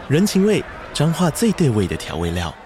人情味，彰化最对味的调味料。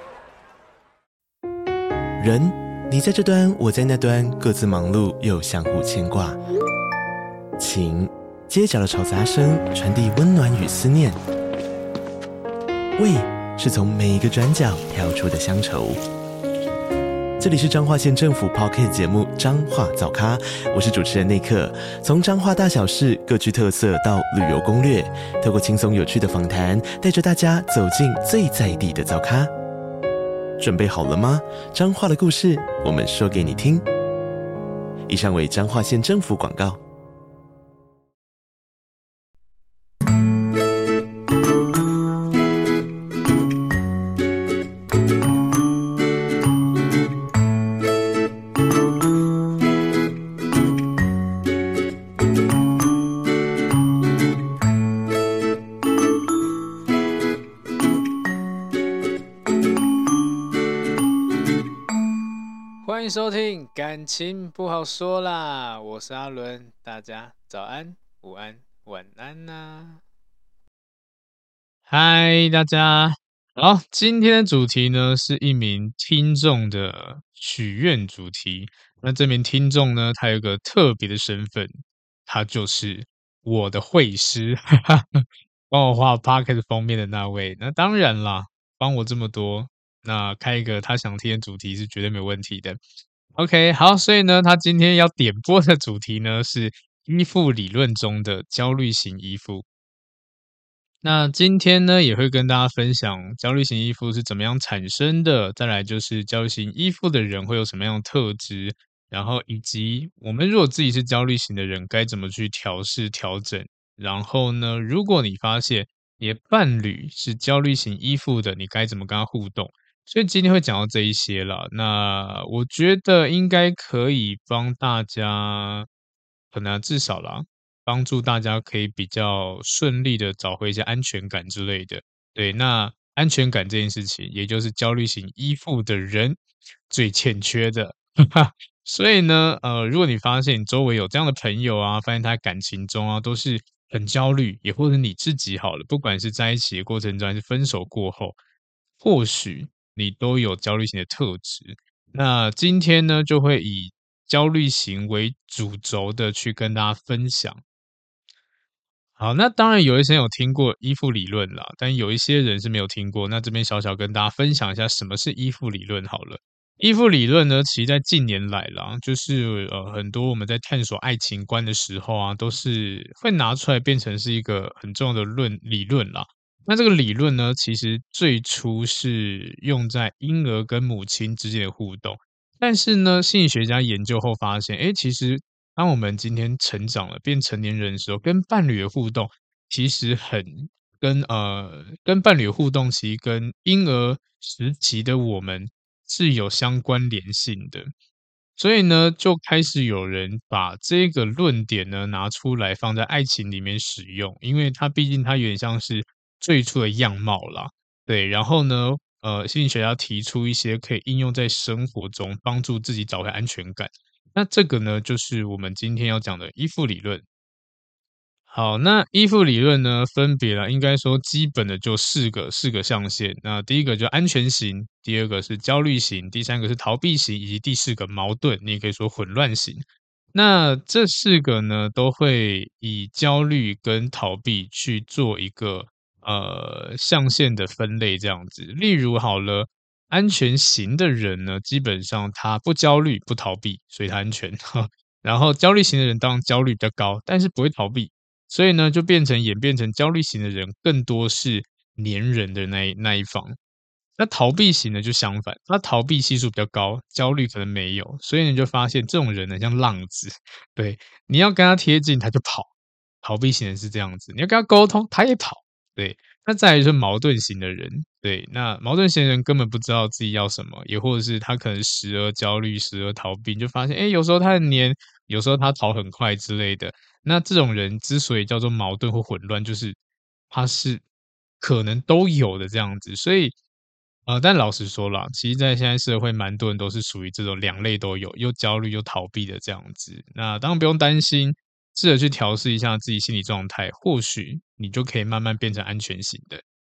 人，你在这端，我在那端，各自忙碌又相互牵挂。情，街角的吵杂声传递温暖与思念。味，是从每一个转角跳出的乡愁。这里是彰化县政府 Podcast 节目《彰化早咖》，我是主持人内克。从彰化大小事各具特色到旅游攻略，透过轻松有趣的访谈，带着大家走进最在地的早咖。准备好了吗？彰化的故事，我们说给你听。以上为彰化县政府广告。 欢迎收听，感情不好说啦，我是阿伦，大家早安、午安、晚安呐、嗨，大家好，今天的主题呢是一名听众的许愿主题。那这名听众呢，他有个特别的身份，他就是我的绘师，帮我画 Podcast 封面的那位。那当然啦，帮我这么多，那开一个他想听的主题是绝对没有问题的。OK，好，所以呢，他今天要点播的主题呢是依附理论中的焦虑型依附。那今天呢，也会跟大家分享焦虑型依附是怎么样产生的，再来就是焦虑型依附的人会有什么样的特质，然后以及我们如果自己是焦虑型的人，该怎么去调试调整。然后呢，如果你发现你的伴侣是焦虑型依附的，你该怎么跟他互动？所以今天会讲到这一些啦。那我觉得应该可以帮大家，可能至少啦，帮助大家可以比较顺利的找回一些安全感之类的。对，那安全感这件事情，也就是焦虑型依附的人最欠缺的。所以呢，如果你发现你周围有这样的朋友啊，发现他感情中啊都是很焦虑，也或者你自己好了，不管是在一起的过程中还是分手过后，或许你都有焦虑型的特质。那今天呢，就会以焦虑型为主轴的去跟大家分享。好，那当然有一些人有听过依附理论啦，但有一些人是没有听过。那这边小小跟大家分享一下什么是依附理论好了。依附理论呢，其实在近年来啦，就是很多我们在探索爱情观的时候啊，都是会拿出来变成是一个很重要的理论啦。那这个理论呢，其实最初是用在婴儿跟母亲之间的互动，但是呢，心理学家研究后发现，其实当我们今天成长了，变成年人的时候，跟伴侣的互动其实跟伴侣的互动，其实跟婴儿时期的我们是有相关联性的。所以呢，就开始有人把这个论点呢拿出来放在爱情里面使用，因为它毕竟它有点像是最初的样貌啦。对，然后呢，心理学家提出一些可以应用在生活中，帮助自己找回安全感。那这个呢，就是我们今天要讲的依附理论。好，那依附理论呢，分别应该说基本的就四个象限。那第一个就安全型，第二个是焦虑型，第三个是逃避型，以及第四个矛盾，你也可以说混乱型。那这四个呢，都会以焦虑跟逃避去做一个象限的分类这样子。例如好了，安全型的人呢，基本上他不焦虑、不逃避，所以他安全。然后焦虑型的人当然焦虑比较高，但是不会逃避，所以呢，就演变成焦虑型的人更多是黏人的那一方。那逃避型的就相反，他逃避系数比较高，焦虑可能没有，所以你就发现这种人呢像浪子，对，你要跟他贴近他就跑，逃避型的是这样子，你要跟他沟通他也跑，对。那再来就是矛盾型的人，对，那矛盾型的人根本不知道自己要什么，也或者是他可能时而焦虑，时而逃避，你就发现，有时候他很黏，有时候他逃很快之类的。那这种人之所以叫做矛盾或混乱，就是他是可能都有的这样子。所以，但老实说啦，其实在现在社会，蛮多人都是属于这种两类都有，又焦虑又逃避的这样子。那当然不用担心，试着去调试一下自己心理状态，或许你就可以慢慢变成安全型的。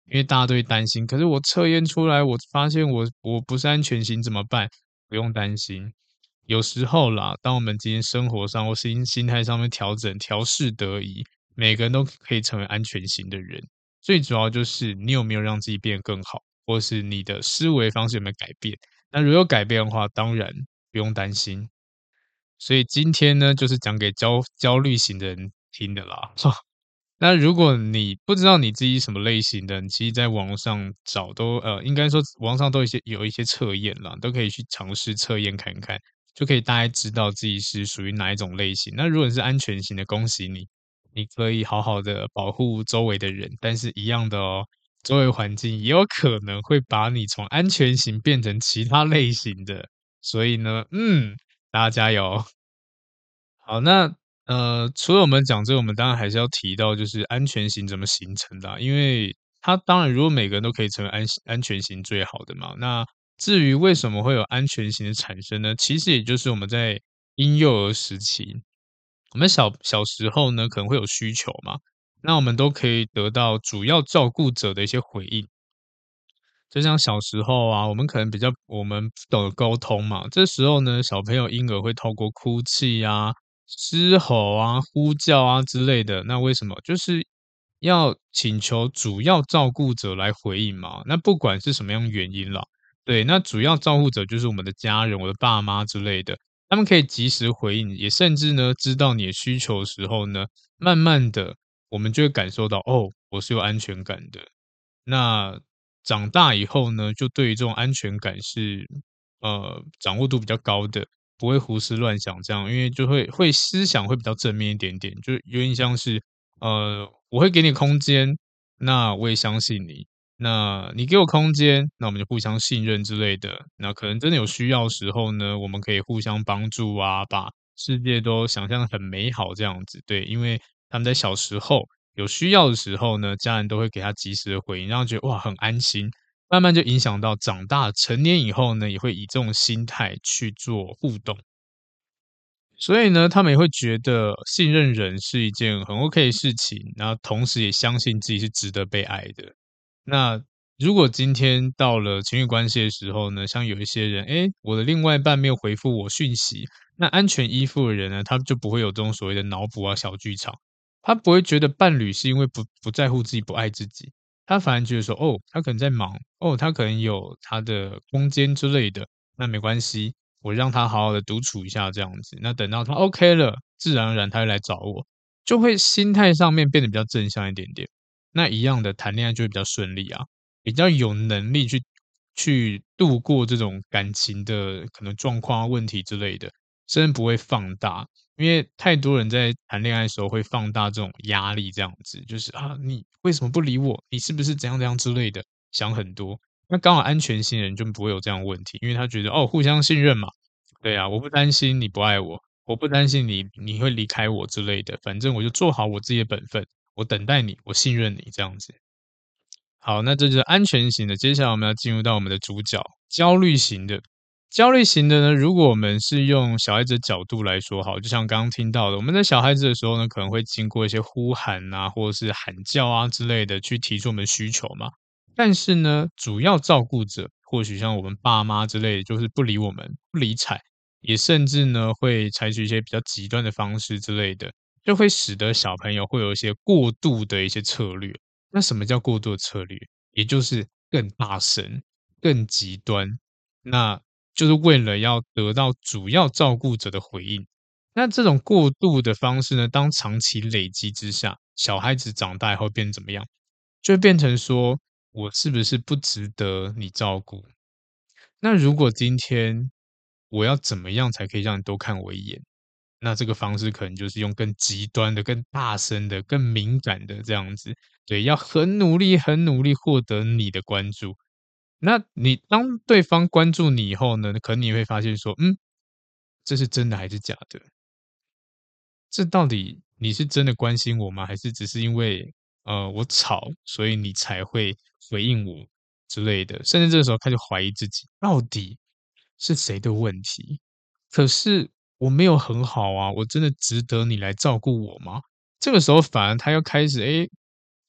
因为大家都会担心，可是我测验出来，我发现我不是安全型怎么办？不用担心，有时候啦，当我们今天生活上或心态上面调整、调试得宜，每个人都可以成为安全型的人。最主要就是你有没有让自己变得更好，或是你的思维方式有没有改变。那如果有改变的话，当然不用担心。所以今天呢，就是讲给焦虑型的人听的啦。那如果你不知道你自己什么类型的，你其实在网络上找都应该说网上都有一些测验啦，都可以去尝试测验看看，就可以大概知道自己是属于哪一种类型。那如果你是安全型的，恭喜你，你可以好好的保护周围的人，但是一样的哦，周围环境也有可能会把你从安全型变成其他类型的，所以呢，大家加油。好，那除了我们讲这个，我们当然还是要提到就是安全型怎么形成的啊，因为它当然如果每个人都可以成为安全型最好的嘛。那至于为什么会有安全型的产生呢？其实也就是我们在婴幼儿时期，我们小时候呢可能会有需求嘛，那我们都可以得到主要照顾者的一些回应。就像小时候啊，我们可能我们不懂得沟通嘛，这时候呢，小朋友婴儿会透过哭泣啊、嘶吼啊、呼叫啊之类的，那为什么？就是要请求主要照顾者来回应嘛。那不管是什么样原因啦，对，那主要照顾者就是我们的家人、我的爸妈之类的，他们可以及时回应，也甚至呢，知道你的需求的时候呢，慢慢的我们就会感受到，哦，我是有安全感的。那长大以后呢，就对于这种安全感是，掌握度比较高的，不会胡思乱想这样，因为就会思想会比较正面一点点，就有点像是，我会给你空间，那我也相信你，那你给我空间，那我们就互相信任之类的。那可能真的有需要的时候呢，我们可以互相帮助啊，把世界都想象得很美好这样子。对，因为他们在小时候有需要的时候呢，家人都会给他及时的回应，让他觉得哇很安心。慢慢就影响到长大成年以后呢，也会以这种心态去做互动。所以呢，他们也会觉得信任人是一件很 OK 的事情，然后同时也相信自己是值得被爱的。那如果今天到了情侣关系的时候呢，像有一些人，我的另外一半没有回复我讯息，那安全依附的人呢，他就不会有这种所谓的脑补啊小剧场，他不会觉得伴侣是因为不在乎自己、不爱自己，他反而觉得说，哦，他可能在忙，哦，他可能有他的空间之类的，那没关系，我让他好好的独处一下这样子，那等到他 OK 了，自然而然他会来找我，就会心态上面变得比较正向一点点。那一样的谈恋爱就会比较顺利啊，比较有能力去度过这种感情的可能状况啊、问题之类的，甚至不会放大。因为太多人在谈恋爱的时候会放大这种压力，这样子就是啊，你为什么不理我？你是不是怎样怎样之类的，想很多。那刚好安全性的人就不会有这样的问题，因为他觉得哦，互相信任嘛，对啊，我不担心你不爱我，我不担心你会离开我之类的，反正我就做好我自己的本分，我等待你，我信任你这样子。好，那这就是安全型的。接下来我们要进入到我们的主角，焦虑型的。焦虑型的呢，如果我们是用小孩子的角度来说，好，就像刚刚听到的，我们在小孩子的时候呢，可能会经过一些呼喊啊，或者是喊叫啊之类的，去提出我们的需求嘛。但是呢，主要照顾者，或许像我们爸妈之类的，就是不理我们，不理睬，也甚至呢会采取一些比较极端的方式之类的，就会使得小朋友会有一些过度的一些策略。那什么叫过度的策略？也就是更大声、更极端，那就是为了要得到主要照顾者的回应。那这种过度的方式呢，当长期累积之下，小孩子长大以后变成怎么样？就会变成说，我是不是不值得你照顾？那如果今天我要怎么样才可以让你多看我一眼？那这个方式可能就是用更极端的、更大声的、更敏感的这样子，对，要很努力、很努力获得你的关注。那你当对方关注你以后呢，可能你会发现说，这是真的还是假的？这到底你是真的关心我吗？还是只是因为我吵，所以你才会回应我之类的？甚至这个时候开始怀疑自己，到底是谁的问题？可是我没有很好啊，我真的值得你来照顾我吗？这个时候反而他又开始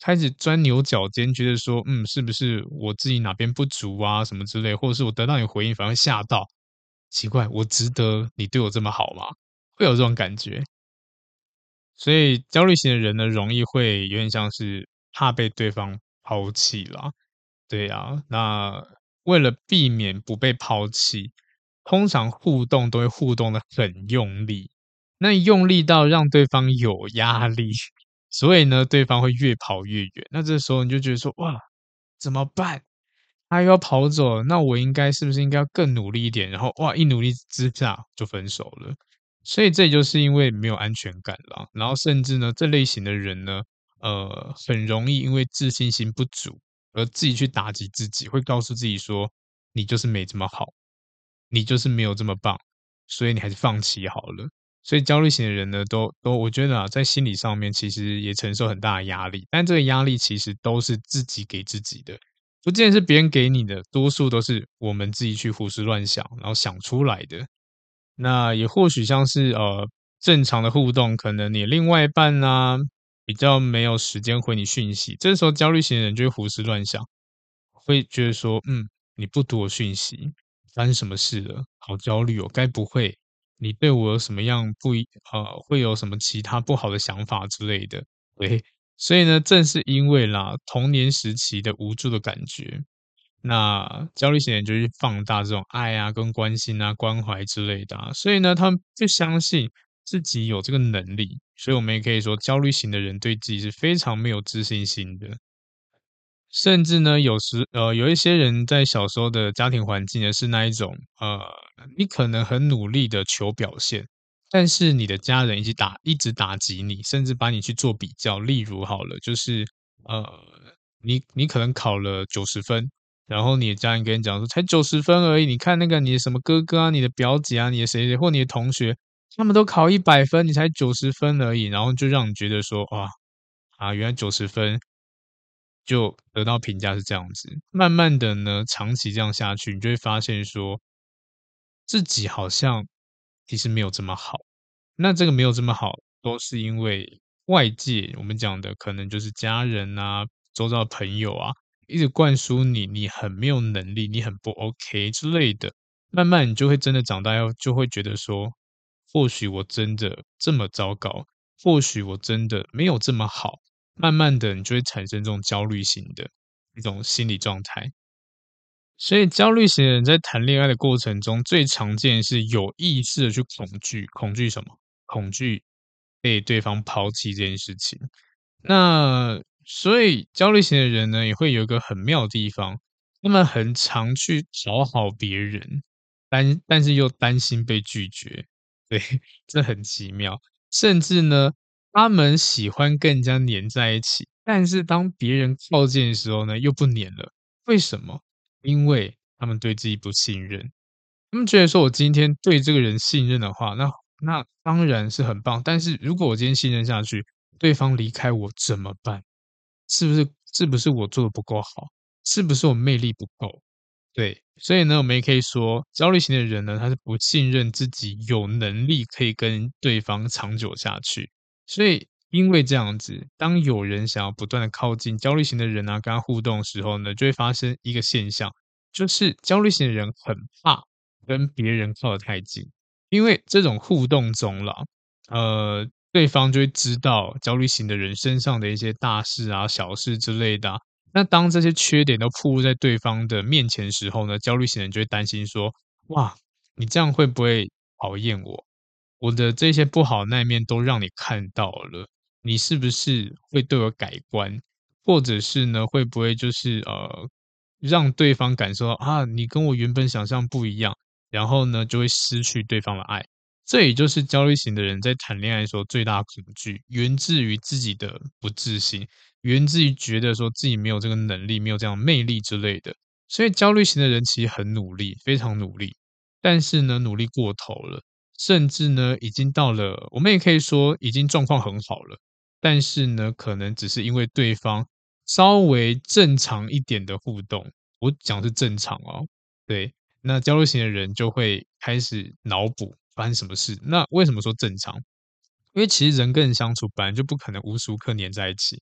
开始钻牛角尖，觉得说，是不是我自己哪边不足啊，什么之类，或者是我得到你回应反而会吓到，奇怪，我值得你对我这么好吗？会有这种感觉。所以焦虑型的人呢，容易会有点像是怕被对方抛弃啦。对啊，那为了避免不被抛弃，通常互动都会互动的很用力，那用力到让对方有压力，所以呢，对方会越跑越远。那这时候你就觉得说，哇，怎么办？他又要跑走了，那我是不是应该要更努力一点？然后哇，一努力之下就分手了。所以这也就是因为没有安全感啦，然后甚至呢，这类型的人呢，很容易因为自信心不足而自己去打击自己，会告诉自己说：“你就是没这么好，你就是没有这么棒，所以你还是放弃好了。”所以焦虑型的人呢，都我觉得啊，在心理上面其实也承受很大的压力，但这个压力其实都是自己给自己的，不见得是别人给你的，多数都是我们自己去胡思乱想，然后想出来的。那也或许像是正常的互动，可能你另外一半呢、比较没有时间回你讯息，这时候焦虑型的人就会胡思乱想，会觉得说，你不读我讯息，发生什么事了？好焦虑哦，该不会你对我有什么样会有什么其他不好的想法之类的？对，所以呢，正是因为啦，童年时期的无助的感觉，那焦虑型人就去放大这种爱啊、跟关心啊、关怀之类的啊，所以呢，他们不相信自己有这个能力，所以我们也可以说，焦虑型的人对自己是非常没有自信心的。甚至呢，有一些人在小时候的家庭环境呢，是那一种，你可能很努力的求表现，但是你的家人一直打击你，甚至把你去做比较。例如好了，就是呃，你可能考了90分，然后你的家人跟你讲说才90分而已，你看那个你的什么哥哥啊、你的表姐啊、你的谁谁或你的同学，他们都考100分，你才90分而已，然后就让你觉得说，哇，原来90分就得到评价是这样子。慢慢的呢，长期这样下去，你就会发现说，自己好像其实没有这么好。那这个没有这么好，都是因为外界我们讲的可能就是家人啊、周遭的朋友啊，一直灌输你很没有能力，你很不 OK 之类的。慢慢你就会真的长大，就会觉得说，或许我真的这么糟糕，或许我真的没有这么好。慢慢的，你就会产生这种焦虑型的一种心理状态。所以焦虑型的人在谈恋爱的过程中，最常见是有意识的去恐惧什么？恐惧被对方抛弃这件事情。那所以焦虑型的人呢，也会有一个很妙的地方，他们很常去讨好别人，但是又担心被拒绝，对，这很奇妙。甚至呢，他们喜欢跟人家黏在一起，但是当别人靠近的时候呢，又不黏了。为什么？因为他们对自己不信任。他们觉得说我今天对这个人信任的话，那当然是很棒。但是如果我今天信任下去，对方离开我怎么办？是不是我做的不够好？是不是我魅力不够？对，所以呢，我们也可以说，焦虑型的人呢，他是不信任自己有能力可以跟对方长久下去。所以因为这样子，当有人想要不断的靠近焦虑型的人啊，跟他互动的时候呢，就会发生一个现象，就是焦虑型的人很怕跟别人靠得太近，因为这种互动中啦，对方就会知道焦虑型的人身上的一些大事啊、小事之类的啊，那当这些缺点都暴露在对方的面前时候呢，焦虑型人就会担心说：“哇，你这样会不会讨厌我？我的这些不好的那一面都让你看到了，你是不是会对我改观？或者是呢，会不会就是让对方感受到啊，你跟我原本想象不一样，然后呢，就会失去对方的爱。”这也就是焦虑型的人在谈恋爱的时候最大的恐惧，源自于自己的不自信，源自于觉得说自己没有这个能力，没有这样的魅力之类的。所以焦虑型的人其实很努力，非常努力，但是呢，努力过头了，甚至呢，已经到了我们也可以说已经状况很好了，但是呢，可能只是因为对方稍微正常一点的互动，我讲是正常哦，对，那焦虑型的人就会开始脑补发生什么事。那为什么说正常？因为其实人跟人相处本来就不可能无时无刻黏在一起，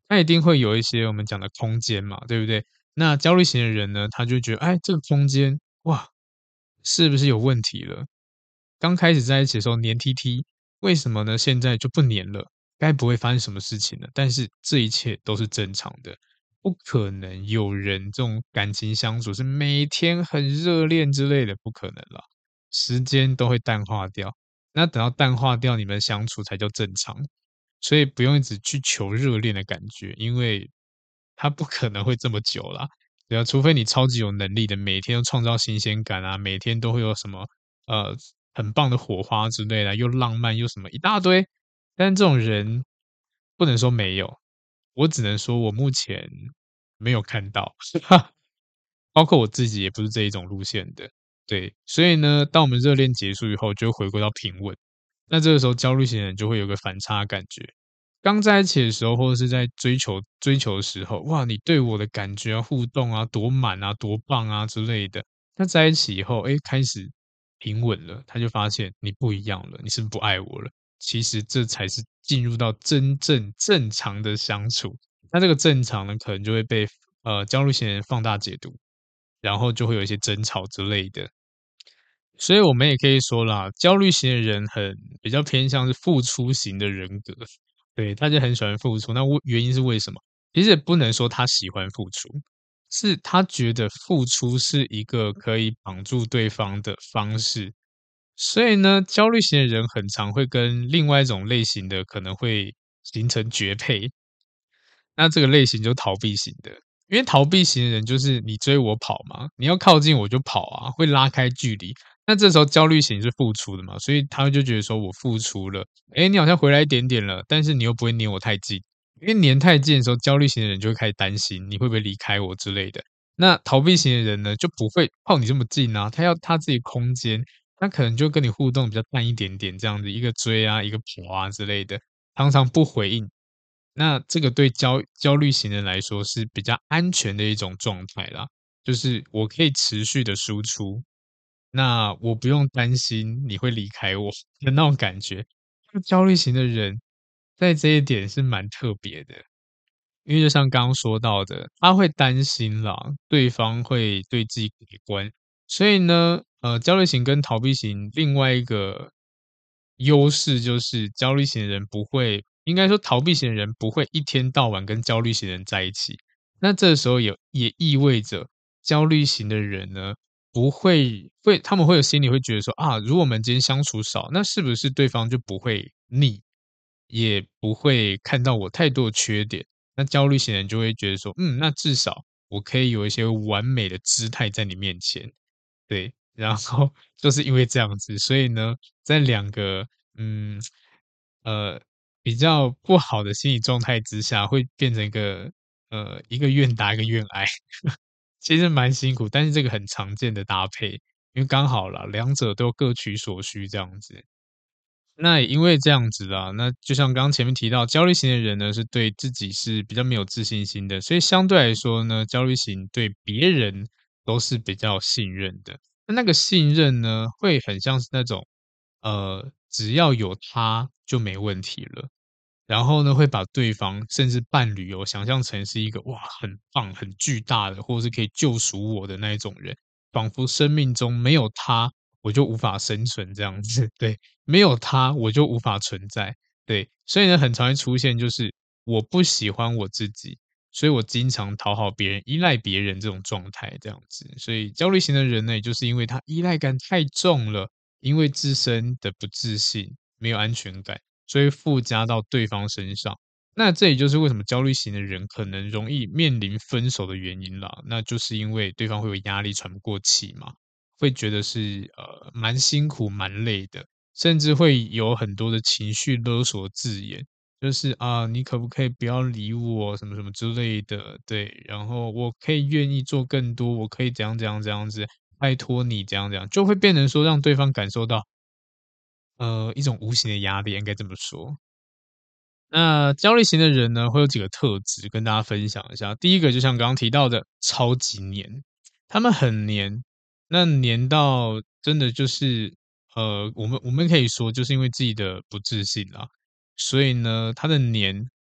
他一定会有一些我们讲的空间嘛，对不对？那焦虑型的人呢，他就觉得，哎，这个空间，哇，是不是有问题了？刚开始在一起的时候黏 TT，为什么呢？现在就不黏了？该不会发生什么事情了？但是这一切都是正常的，不可能有人这种感情相处是每天很热恋之类的，不可能啦，时间都会淡化掉。那等到淡化掉，你们相处才叫正常。所以不用一直去求热恋的感觉，因为它不可能会这么久啦。对啊，除非你超级有能力的，每天都创造新鲜感啊，每天都会有什么呃很棒的火花之类的，又浪漫又什么一大堆。但这种人不能说没有，我只能说我目前没有看到，包括我自己也不是这一种路线的。对，所以呢，当我们热恋结束以后，就会回归到平稳。那这个时候焦虑型的人就会有个反差感觉。刚在一起的时候，或者是在追求的时候，哇，你对我的感觉啊、互动啊，多满啊、多棒啊之类的。那在一起以后，哎，开始平稳了，他就发现你不一样了，你是不是不爱我了？其实这才是进入到真正正常的相处。那这个正常呢，可能就会被焦虑型人放大解读，然后就会有一些争吵之类的。所以我们也可以说啦，焦虑型的人比较偏向是付出型的人格，对，他就很喜欢付出。那原因是为什么？其实也不能说他喜欢付出，是他觉得付出是一个可以绑住对方的方式。所以呢，焦虑型的人很常会跟另外一种类型的可能会形成绝配。那这个类型就逃避型的，因为逃避型的人就是你追我跑嘛，你要靠近我就跑啊，会拉开距离。那这时候焦虑型是付出的嘛，所以他就觉得说我付出了，诶，你好像回来一点点了，但是你又不会黏我太近，因为黏太近的时候，焦虑型的人就会开始担心你会不会离开我之类的。那逃避型的人呢，就不会靠你这么近啊，他要他自己空间，他可能就跟你互动比较淡一点点，这样子一个追啊，一个跑啊之类的，常常不回应。那这个对焦虑型人来说是比较安全的一种状态啦，就是我可以持续的输出，那我不用担心你会离开我的那种感觉。那焦虑型的人在这一点是蛮特别的，因为就像刚刚说到的，他会担心啦，对方会对自己改观，所以呢，焦虑型跟逃避型另外一个优势就是焦虑型的人不会应该说逃避型的人不会一天到晚跟焦虑型的人在一起。那这时候也意味着焦虑型的人呢，不会他们会有心里会觉得说，啊，如果我们今天相处少，那是不是对方就不会腻，也不会看到我太多的缺点。那焦虑型人就会觉得说，那至少我可以有一些完美的姿态在你面前。对，然后就是因为这样子，所以呢，在两个嗯呃比较不好的心理状态之下，会变成一个愿打一个愿挨，其实蛮辛苦，但是这个很常见的搭配，因为刚好啦，两者都各取所需这样子。那也因为这样子啊，那就像刚刚前面提到，焦虑型的人呢，是对自己是比较没有自信心的，所以相对来说呢，焦虑型对别人都是比较信任的。那个信任呢，会很像是那种，只要有他就没问题了。然后呢，会把对方甚至伴侣想象成是一个哇很棒、很巨大的，或者是可以救赎我的那一种人，仿佛生命中没有他我就无法生存这样子，对，没有他我就无法存在，对，所以呢，很常会出现就是我不喜欢我自己，所以我经常讨好别人、依赖别人这种状态这样子，所以焦虑型的人呢，也就是因为他依赖感太重了，因为自身的不自信、没有安全感。所以附加到对方身上。那这也就是为什么焦虑型的人可能容易面临分手的原因啦，那就是因为对方会有压力喘不过气嘛，会觉得是蛮辛苦蛮累的，甚至会有很多的情绪勒索字眼，就是啊你可不可以不要理我什么什么之类的，对，然后我可以愿意做更多，我可以怎样怎样怎样子，拜托你怎样怎样，就会变成说让对方感受到一种无形的压力，应该这么说。那焦虑型的人呢，会有几个特质跟大家分享一下。第一个就像刚刚提到的，超级黏，他们很黏，那黏到真的就是，我们可以说就是因为自己的不自信啦，所以呢，他的黏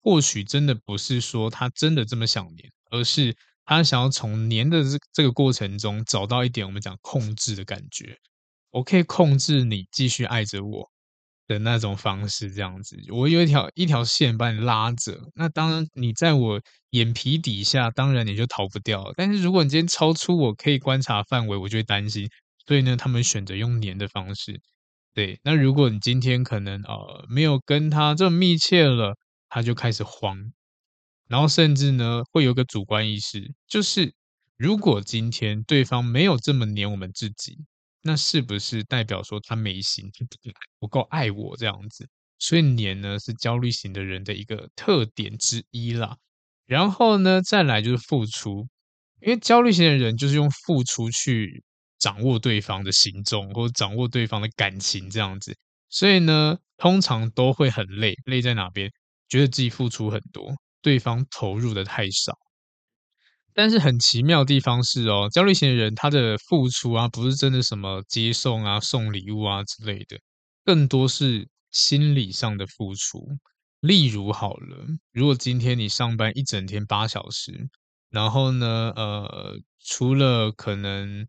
或许真的不是说他真的这么想黏，而是他想要从黏的这个过程中找到一点我们讲控制的感觉。我可以控制你继续爱着我的那种方式，这样子。我有一条线把你拉着，那当然你在我眼皮底下，当然你就逃不掉了。但是如果你今天超出我可以观察范围，我就会担心。所以呢，他们选择用黏的方式。对，那如果你今天可能没有跟他这么密切了，他就开始慌，然后甚至呢会有个主观意识，就是如果今天对方没有这么黏我们自己，那是不是代表说他没心，他不够爱我这样子？所以黏呢是焦虑型的人的一个特点之一啦。然后呢，再来就是付出，因为焦虑型的人就是用付出去掌握对方的行踪，或者掌握对方的感情这样子。所以呢，通常都会很累，累在哪边？觉得自己付出很多，对方投入的太少。但是很奇妙的地方是哦，焦虑型的人他的付出啊，不是真的什么接送啊、送礼物啊之类的，更多是心理上的付出。例如好了，如果今天你上班一整天8小时，然后呢，除了可能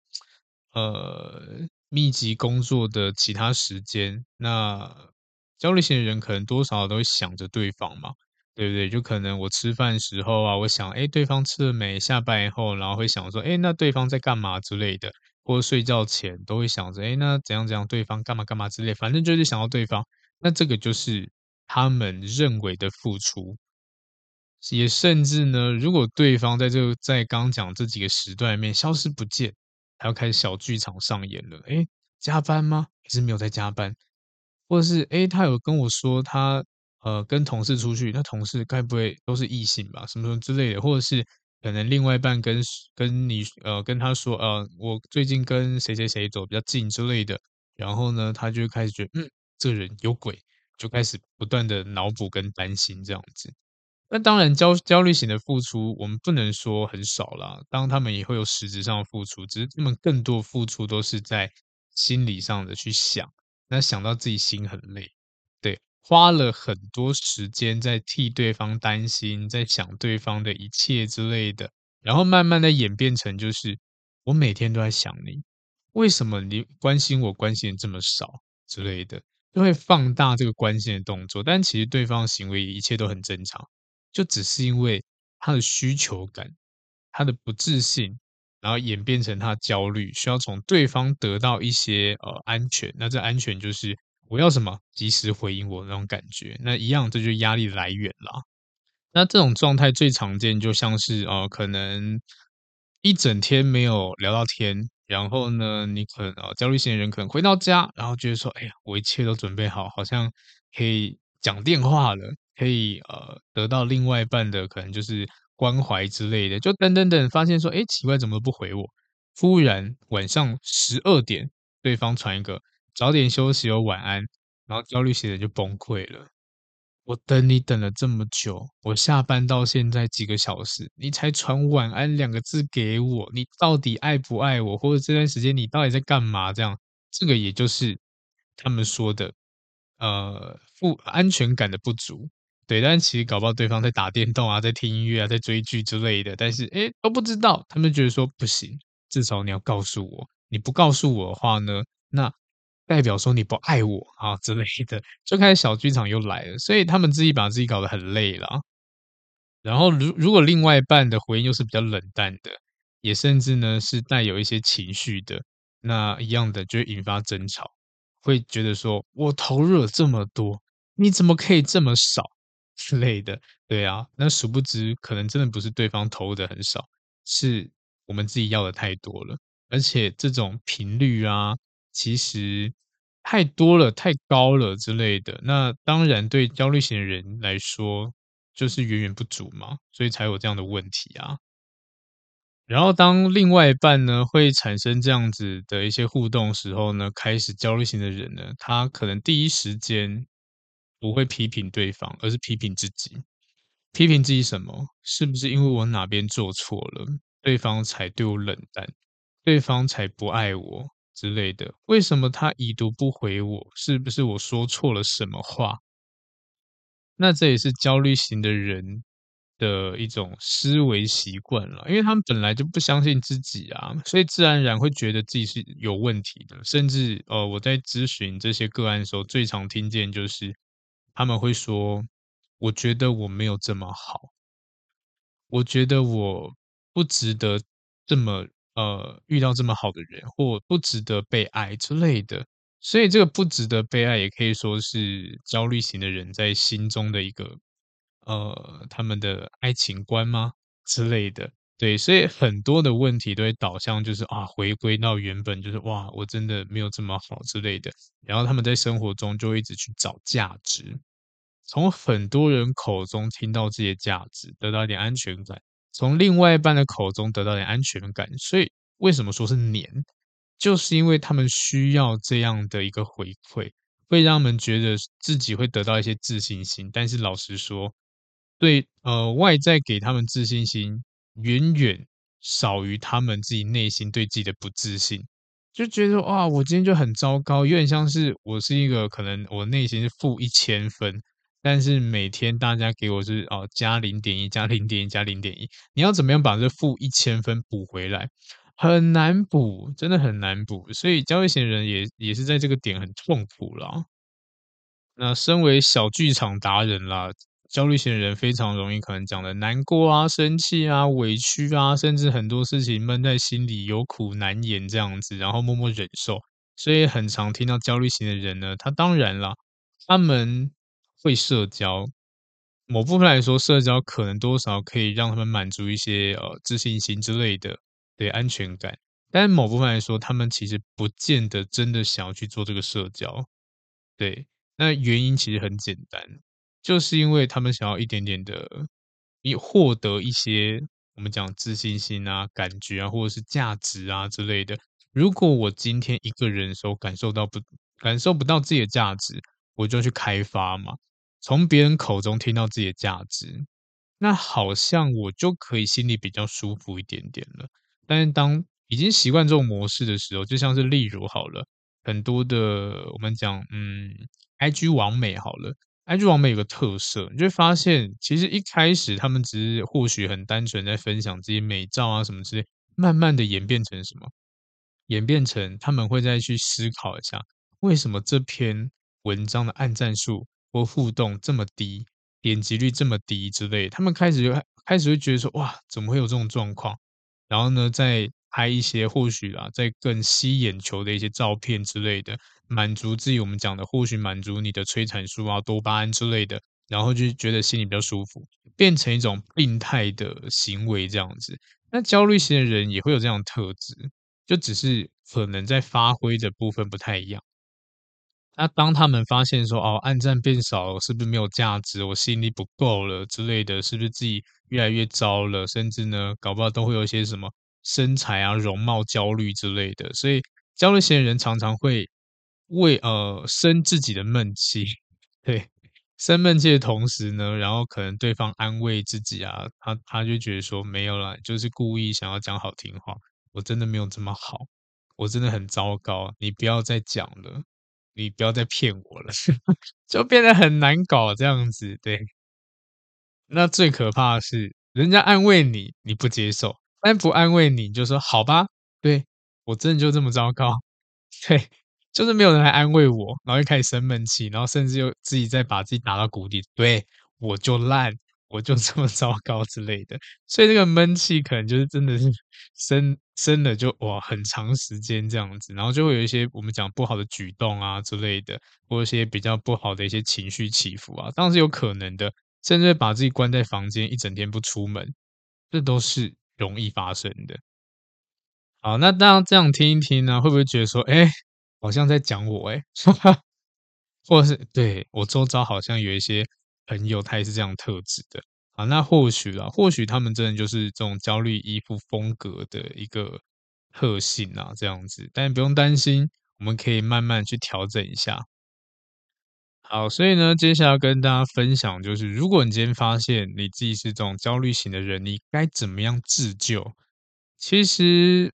密集工作的其他时间，那焦虑型的人可能多少都会想着对方嘛。对不对？就可能我吃饭时候啊，我想，哎，对方吃了没？下班以后，然后会想说，哎，那对方在干嘛之类的，或者睡觉前都会想着，哎，那怎样怎样，对方干嘛干嘛之类，反正就是想到对方。那这个就是他们认为的付出，也甚至呢，如果对方在刚讲这几个时段里面消失不见，他要开始小剧场上演了。诶，加班吗？还是没有在加班？或者是诶，他有跟我说他跟同事出去，那同事该不会都是异性吧？什么什么之类的，或者是可能另外一半跟他说我最近跟谁谁谁走比较近之类的，然后呢，他就会开始觉得这个人有鬼，就开始不断的脑补跟担心这样子。那当然焦虑型的付出，我们不能说很少啦，当他们也会有实质上的付出，只是他们更多的付出都是在心理上的去想，那想到自己心很累，对，花了很多时间在替对方担心，在想对方的一切之类的，然后慢慢的演变成就是我每天都在想你，为什么你关心我关心的这么少之类的，就会放大这个关心的动作，但其实对方的行为一切都很正常。就只是因为他的需求感，他的不自信，然后演变成他的焦虑，需要从对方得到一些安全。那这安全就是我要什么，及时回应我那种感觉。那一样，这就是压力的来源啦。那这种状态最常见就像是可能一整天没有聊到天，然后呢，你可能焦虑型的人可能回到家，然后觉得说，哎呀，我一切都准备好，好像可以讲电话了，可以得到另外一半的可能就是关怀之类的，就等等等，发现说，哎，奇怪，怎么不回我？忽然晚上12点，对方传一个早点休息哦，晚安，然后焦虑型的人就崩溃了。我等你等了这么久，我下班到现在几个小时，你才传“晚安”2个字给我，你到底爱不爱我？或者这段时间你到底在干嘛？这样，这个也就是他们说的，安全感的不足。对，但其实搞不好对方在打电动啊，在听音乐啊，在追剧之类的，但是诶都不知道，他们觉得说不行，至少你要告诉我，你不告诉我的话呢，那代表说你不爱我啊之类的，就开始小剧场又来了，所以他们自己把自己搞得很累了。然后如果另外一半的回应又是比较冷淡的，也甚至呢是带有一些情绪的，那一样的就会引发争吵，会觉得说我投入了这么多，你怎么可以这么少之类的，对啊，那殊不知可能真的不是对方投入的很少，是我们自己要的太多了，而且这种频率啊，其实太多了、太高了之类的。那当然对焦虑型的人来说，就是远远不足嘛，所以才有这样的问题啊。然后当另外一半呢，会产生这样子的一些互动时候呢，开始焦虑型的人呢，他可能第一时间不会批评对方，而是批评自己。批评自己什么？是不是因为我哪边做错了，对方才对我冷淡，对方才不爱我之类的？为什么他已读不回我？是不是我说错了什么话？ 那这也是焦虑型的人的一种思维习惯了，因为他们本来就不相信自己啊，所以自然而然会觉得自己是有问题的。甚至我在咨询这些个案的时候，最常听见就是他们会说：“我觉得我没有这么好。”我觉得我不值得这么遇到这么好的人，或不值得被爱之类的。所以这个不值得被爱，也可以说是焦虑型的人在心中的一个他们的爱情观吗之类的。对，所以很多的问题都会导向就是啊，回归到原本就是哇，我真的没有这么好之类的。然后他们在生活中就会一直去找价值，从很多人口中听到自己的价值，得到一点安全感；从另外一半的口中得到点安全感。所以为什么说是黏？就是因为他们需要这样的一个回馈，会让他们觉得自己会得到一些自信心。但是老实说，对外在给他们自信心，远远少于他们自己内心对自己的不自信。就觉得哇，我今天就很糟糕，有点像是我是一个可能我内心是负1000分，但是每天大家给我是加0.1加0.1加0.1，你要怎么样把这负1000分补回来？很难补，真的很难补，所以交易型人也是在这个点很痛苦啦。那身为小剧场达人啦，焦虑型的人非常容易可能讲的难过啊、生气啊、委屈啊，甚至很多事情闷在心里，有苦难言这样子，然后默默忍受。所以很常听到焦虑型的人呢，他当然啦，他们会社交，某部分来说，社交可能多少可以让他们满足一些自信心之类的，对安全感。但某部分来说，他们其实不见得真的想要去做这个社交，对。那原因其实很简单，就是因为他们想要一点点的，获得一些我们讲自信心啊、感觉啊，或者是价值啊之类的。如果我今天一个人的时候感受不到自己的价值，我就去开发嘛，从别人口中听到自己的价值，那好像我就可以心里比较舒服一点点了。但是当已经习惯这种模式的时候，就像是例如好了。很多的我们讲，IG 网美好了，IG 网美有个特色，你就会发现，其实一开始他们只是或许很单纯在分享这些美照啊什么之类，慢慢的演变成什么？演变成他们会再去思考一下，为什么这篇文章的按赞数或互动这么低，点击率这么低之类，他们开始会觉得说，哇，怎么会有这种状况？然后呢，再拍一些或许啊，再更吸眼球的一些照片之类的，满足自己我们讲的，或许满足你的催产素啊、多巴胺之类的，然后就觉得心里比较舒服，变成一种病态的行为这样子。那焦虑型的人也会有这样的特质，就只是可能在发挥的部分不太一样。那当他们发现说，哦，按赞变少了，是不是没有价值？我吸引力不够了之类的，是不是自己越来越糟了？甚至呢，搞不好都会有一些什么身材啊、容貌焦虑之类的。所以焦虑型的人常常会为生自己的闷气，对，生闷气的同时呢，然后可能对方安慰自己啊，他就觉得说没有啦，就是故意想要讲好听话，我真的没有这么好，我真的很糟糕，你不要再讲了。你不要再骗我了，就变得很难搞这样子，对。那最可怕的是，人家安慰你，你不接受，但不安慰你，你就说好吧，对，我真的就这么糟糕，对，就是没有人来安慰我，然后又开始生闷气，然后甚至又自己再把自己打到谷底，对，我就烂，我就这么糟糕之类的。所以这个闷气可能就是真的是生了就哇很长时间这样子，然后就会有一些我们讲不好的举动啊之类的，或一些比较不好的一些情绪起伏啊，当然是有可能的。甚至会把自己关在房间一整天不出门，这都是容易发生的。好，那大家这样听一听呢，会不会觉得说，哎，好像在讲我哎，或者是对，我周遭好像有一些朋友，他也是这样特质的。啊，那或许啦，或许他们真的就是这种焦虑依附风格的一个特性啊，这样子，但不用担心，我们可以慢慢去调整一下。好，所以呢，接下来要跟大家分享，就是如果你今天发现你自己是这种焦虑型的人，你该怎么样自救？其实，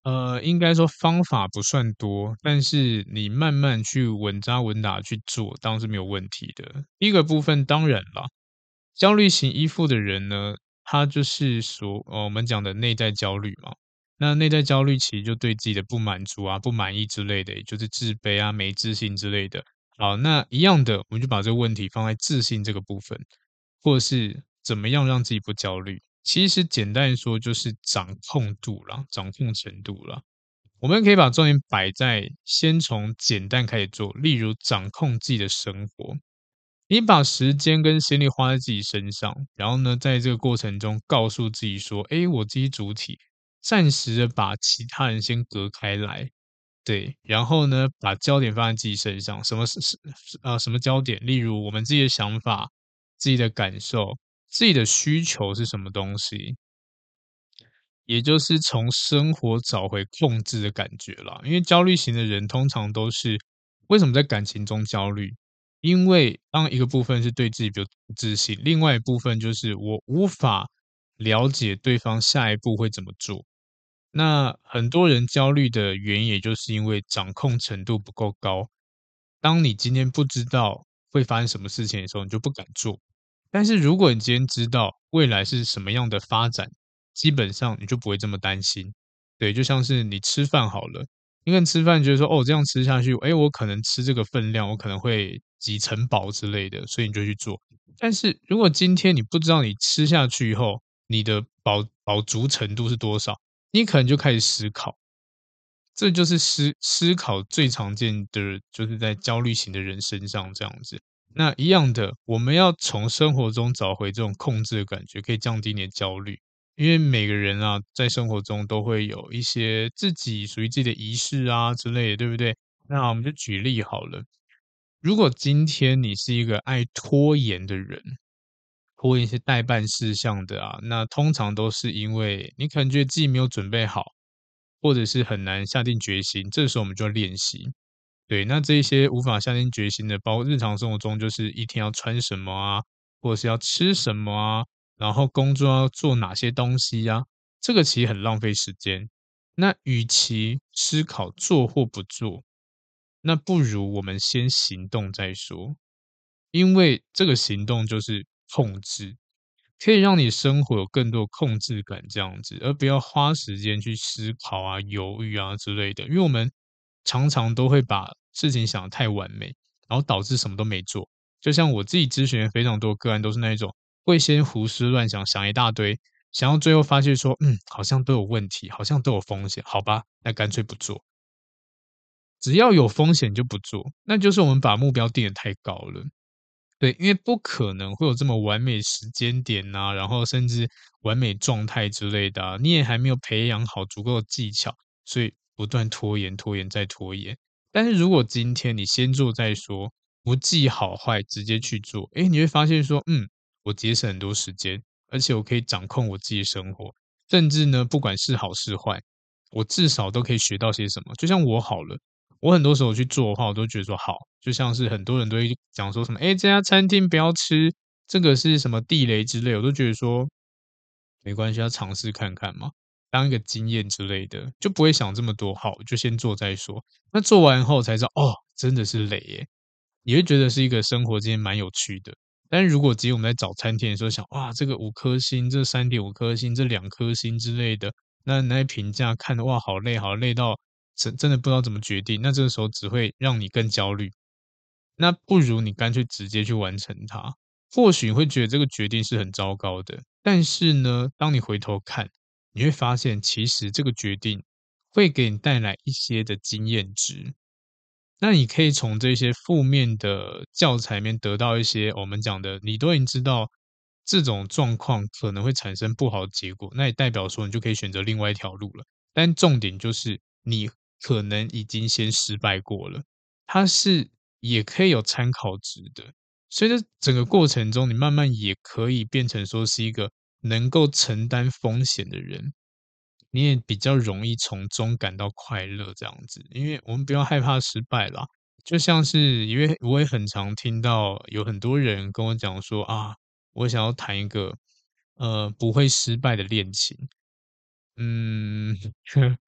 应该说方法不算多，但是你慢慢去稳扎稳打去做，当然是没有问题的。第一个部分当然啦，焦虑型依附的人呢，他就是我们讲的内在焦虑嘛。那内在焦虑其实就对自己的不满足啊、不满意之类的，也就是自卑啊、没自信之类的。好，那一样的，我们就把这个问题放在自信这个部分，或者是怎么样让自己不焦虑。其实简单说就是掌控度啦，掌控程度啦。我们可以把重点摆在先从简单开始做，例如掌控自己的生活。你把时间跟心力花在自己身上，然后呢，在这个过程中告诉自己说：“诶，我自己主体，暂时的把其他人先隔开来。”对，然后呢，把焦点放在自己身上。什么焦点？例如我们自己的想法、自己的感受、自己的需求是什么东西？也就是从生活找回控制的感觉啦。因为焦虑型的人通常都是为什么在感情中焦虑？因为当一个部分是对自己比较不自信，另外一部分就是我无法了解对方下一步会怎么做。那很多人焦虑的原因，也就是因为掌控程度不够高。当你今天不知道会发生什么事情的时候，你就不敢做。但是如果你今天知道未来是什么样的发展，基本上你就不会这么担心。对，就像是你吃饭好了，你可能吃饭觉得说，哦，这样吃下去，诶，我可能吃这个分量，我可能会几成饱之类的，所以你就去做。但是如果今天你不知道你吃下去以后，你的饱足程度是多少，你可能就开始思考，这就是思考最常见的，就是在焦虑型的人身上这样子。那一样的，我们要从生活中找回这种控制的感觉，可以降低你的焦虑。因为每个人啊，在生活中都会有一些自己属于自己的仪式啊之类的，对不对？那我们就举例好了，如果今天你是一个爱拖延的人，拖延一些待办事项的啊，那通常都是因为你可能觉得自己没有准备好，或者是很难下定决心，这时候我们就要练习。对，那这一些无法下定决心的，包括日常生活中就是一天要穿什么啊，或者是要吃什么啊，然后工作要做哪些东西呀，这个其实很浪费时间。那与其思考做或不做，那不如我们先行动再说。因为这个行动就是控制，可以让你生活有更多控制感这样子，而不要花时间去思考啊、犹豫啊之类的。因为我们常常都会把事情想得太完美，然后导致什么都没做。就像我自己咨询的非常多个案都是那一种，会先胡思乱想，想一大堆，想要最后发现说，好像都有问题，好像都有风险，好吧，那干脆不做。只要有风险就不做，那就是我们把目标定得太高了。对，因为不可能会有这么完美时间点呐，然后甚至完美状态之类的啊，你也还没有培养好足够的技巧，所以不断拖延、拖延再拖延。但是如果今天你先做再说，不计好坏直接去做，诶，你会发现说，我节省很多时间，而且我可以掌控我自己的生活，甚至呢，不管是好是坏，我至少都可以学到些什么。就像我好了。我很多时候去做的话，我都觉得说好，就像是很多人都会讲说什么，这家餐厅不要吃，这个是什么地雷之类，我都觉得说没关系，要尝试看看嘛，当一个经验之类的，就不会想这么多，好，就先做再说。那做完后才知道，哦，真的是雷耶，你会觉得是一个生活经验蛮有趣的。但是如果今天我们在找餐厅的时候想，哇，这个5颗星，这3.5颗星，这2颗星之类的，那些评价看的哇，好累，好累到真的不知道怎么决定，那这个时候只会让你更焦虑。那不如你干脆直接去完成它。或许你会觉得这个决定是很糟糕的，但是呢，当你回头看，你会发现其实这个决定会给你带来一些的经验值。那你可以从这些负面的教材里面得到一些我们讲的，你都已经知道这种状况可能会产生不好的结果，那也代表说你就可以选择另外一条路了。但重点就是你可能已经先失败过了，它是也可以有参考值的。所以在整个过程中，你慢慢也可以变成说是一个能够承担风险的人。你也比较容易从中感到快乐这样子。因为我们不要害怕失败啦，就像是因为我也很常听到有很多人跟我讲说啊，我想要谈一个不会失败的恋情。嗯，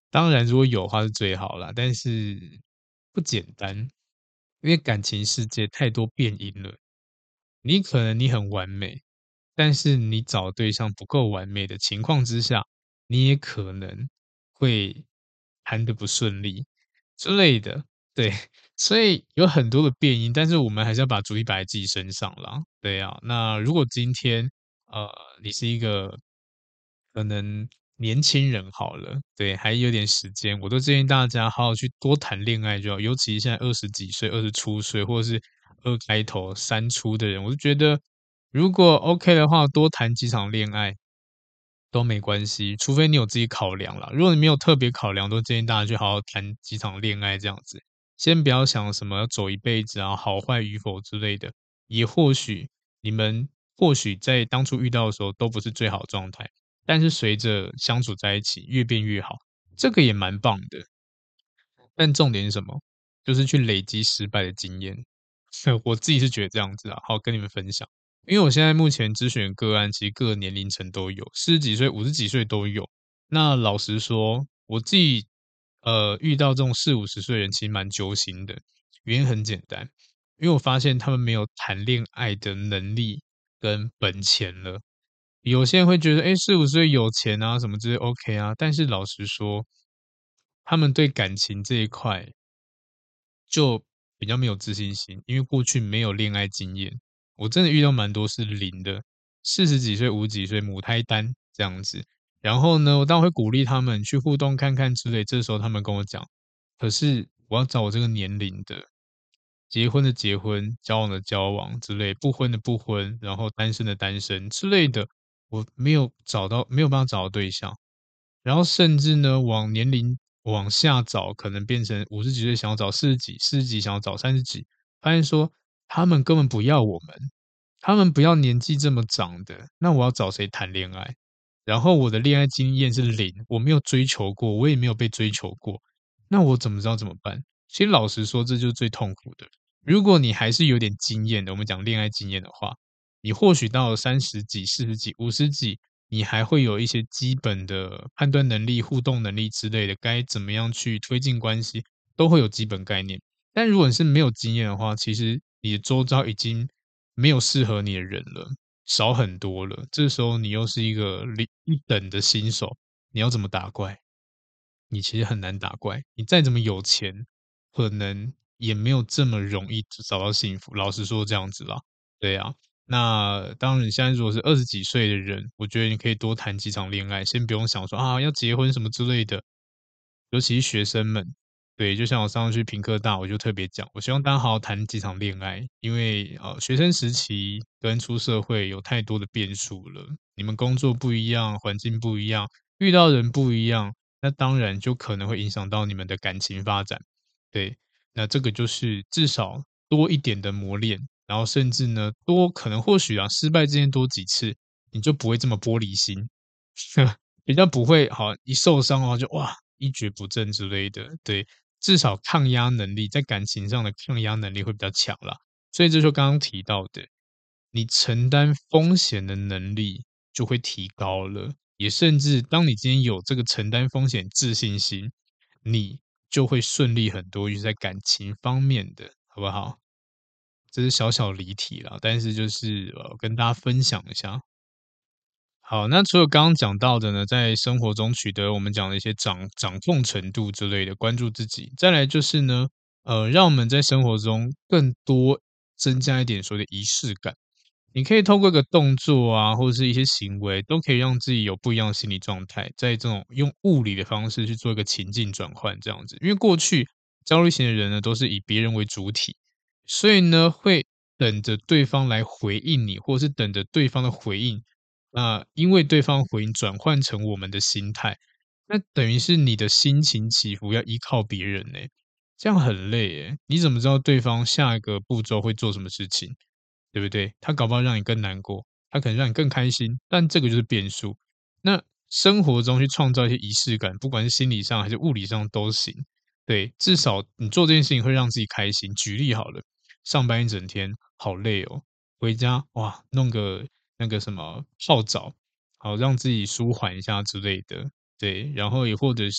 当然如果有的话是最好啦，但是不简单，因为感情世界太多变因了。你可能很完美，但是你找对象不够完美的情况之下，你也可能会谈得不顺利之类的。对，所以有很多的变因，但是我们还是要把主意摆在自己身上啦。对啊，那如果今天呃你是一个可能年轻人好了，对，还有点时间，我都建议大家好好去多谈恋爱就好。尤其现在20几岁、20出岁，或者是2开头、3出的人，我就觉得如果 OK 的话，多谈几场恋爱都没关系，除非你有自己考量啦。如果你没有特别考量，都建议大家去好好谈几场恋爱这样子。先不要想什么要走一辈子啊，好坏与否之类的，也或许你们或许在当初遇到的时候都不是最好的状态。但是随着相处在一起越变越好，这个也蛮棒的。但重点是什么？就是去累积失败的经验。我自己是觉得这样子啊，好跟你们分享。因为我现在目前咨询个案，其实各个年龄层都有，40几岁、50几岁都有。那老实说，我自己遇到这种40、50岁的人，其实蛮揪心的。原因很简单，因为我发现他们没有谈恋爱的能力跟本钱了。有些人会觉得，哎，45岁有钱啊，什么之类 OK 啊。但是老实说，他们对感情这一块就比较没有自信心，因为过去没有恋爱经验。我真的遇到蛮多是零的，40几岁、50几岁母胎单这样子。然后呢，我当然会鼓励他们去互动看看之类。这时候他们跟我讲，可是我要找我这个年龄的，结婚的结婚，交往的交往之类，不婚的不婚，然后单身的单身之类的，我没有找到，没有办法找到对象。然后甚至呢，往年龄往下找，可能变成50几岁想要找40几，40几想要找30几，发现说他们根本不要我们，他们不要年纪这么长的，那我要找谁谈恋爱？然后我的恋爱经验是零，我没有追求过，我也没有被追求过，那我怎么知道怎么办？其实老实说，这就是最痛苦的。如果你还是有点经验的，我们讲恋爱经验的话，你或许到了30几、40几、50几，你还会有一些基本的判断能力、互动能力之类的，该怎么样去推进关系，都会有基本概念。但如果你是没有经验的话，其实你的周遭已经没有适合你的人了，少很多了。这时候你又是一个一等的新手，你要怎么打怪？你其实很难打怪，你再怎么有钱，可能也没有这么容易找到幸福。老实说这样子啦，对啊。那当然，你现在如果是20几岁的人，我觉得你可以多谈几场恋爱，先不用想说啊要结婚什么之类的。尤其是学生们，对，就像我上次去屏科大，我就特别讲，我希望大家好好谈几场恋爱，因为学生时期跟出社会有太多的变数了，你们工作不一样，环境不一样，遇到人不一样，那当然就可能会影响到你们的感情发展。对，那这个就是至少多一点的磨练，然后甚至呢，多可能或许啊，失败之间多几次，你就不会这么玻璃心，比较不会好一受伤的话就哇一蹶不振之类的。对，至少抗压能力在感情上的抗压能力会比较强啦。所以这就刚刚提到的，你承担风险的能力就会提高了，也甚至当你今天有这个承担风险自信心，你就会顺利很多，就是在感情方面的，好不好？这是小小离题啦，但是就是跟大家分享一下。好，那除了刚刚讲到的呢，在生活中取得我们讲的一些掌控程度之类的，关注自己。再来就是呢，让我们在生活中更多增加一点所谓的仪式感。你可以透过一个动作啊，或者是一些行为，都可以让自己有不一样的心理状态，在这种用物理的方式去做一个情境转换，这样子。因为过去焦虑型的人呢，都是以别人为主体，所以呢，会等着对方来回应你，或者是等着对方的回应。那因为对方回应转换成我们的心态，那等于是你的心情起伏要依靠别人呢，这样很累诶。你怎么知道对方下一个步骤会做什么事情？对不对？他搞不好让你更难过，他可能让你更开心，但这个就是变数。那生活中去创造一些仪式感，不管是心理上还是物理上都行。对，至少你做这件事情会让自己开心。举例好了，上班一整天好累哦，回家哇，弄个那个什么泡澡，好让自己舒缓一下之类的。对，然后也或者是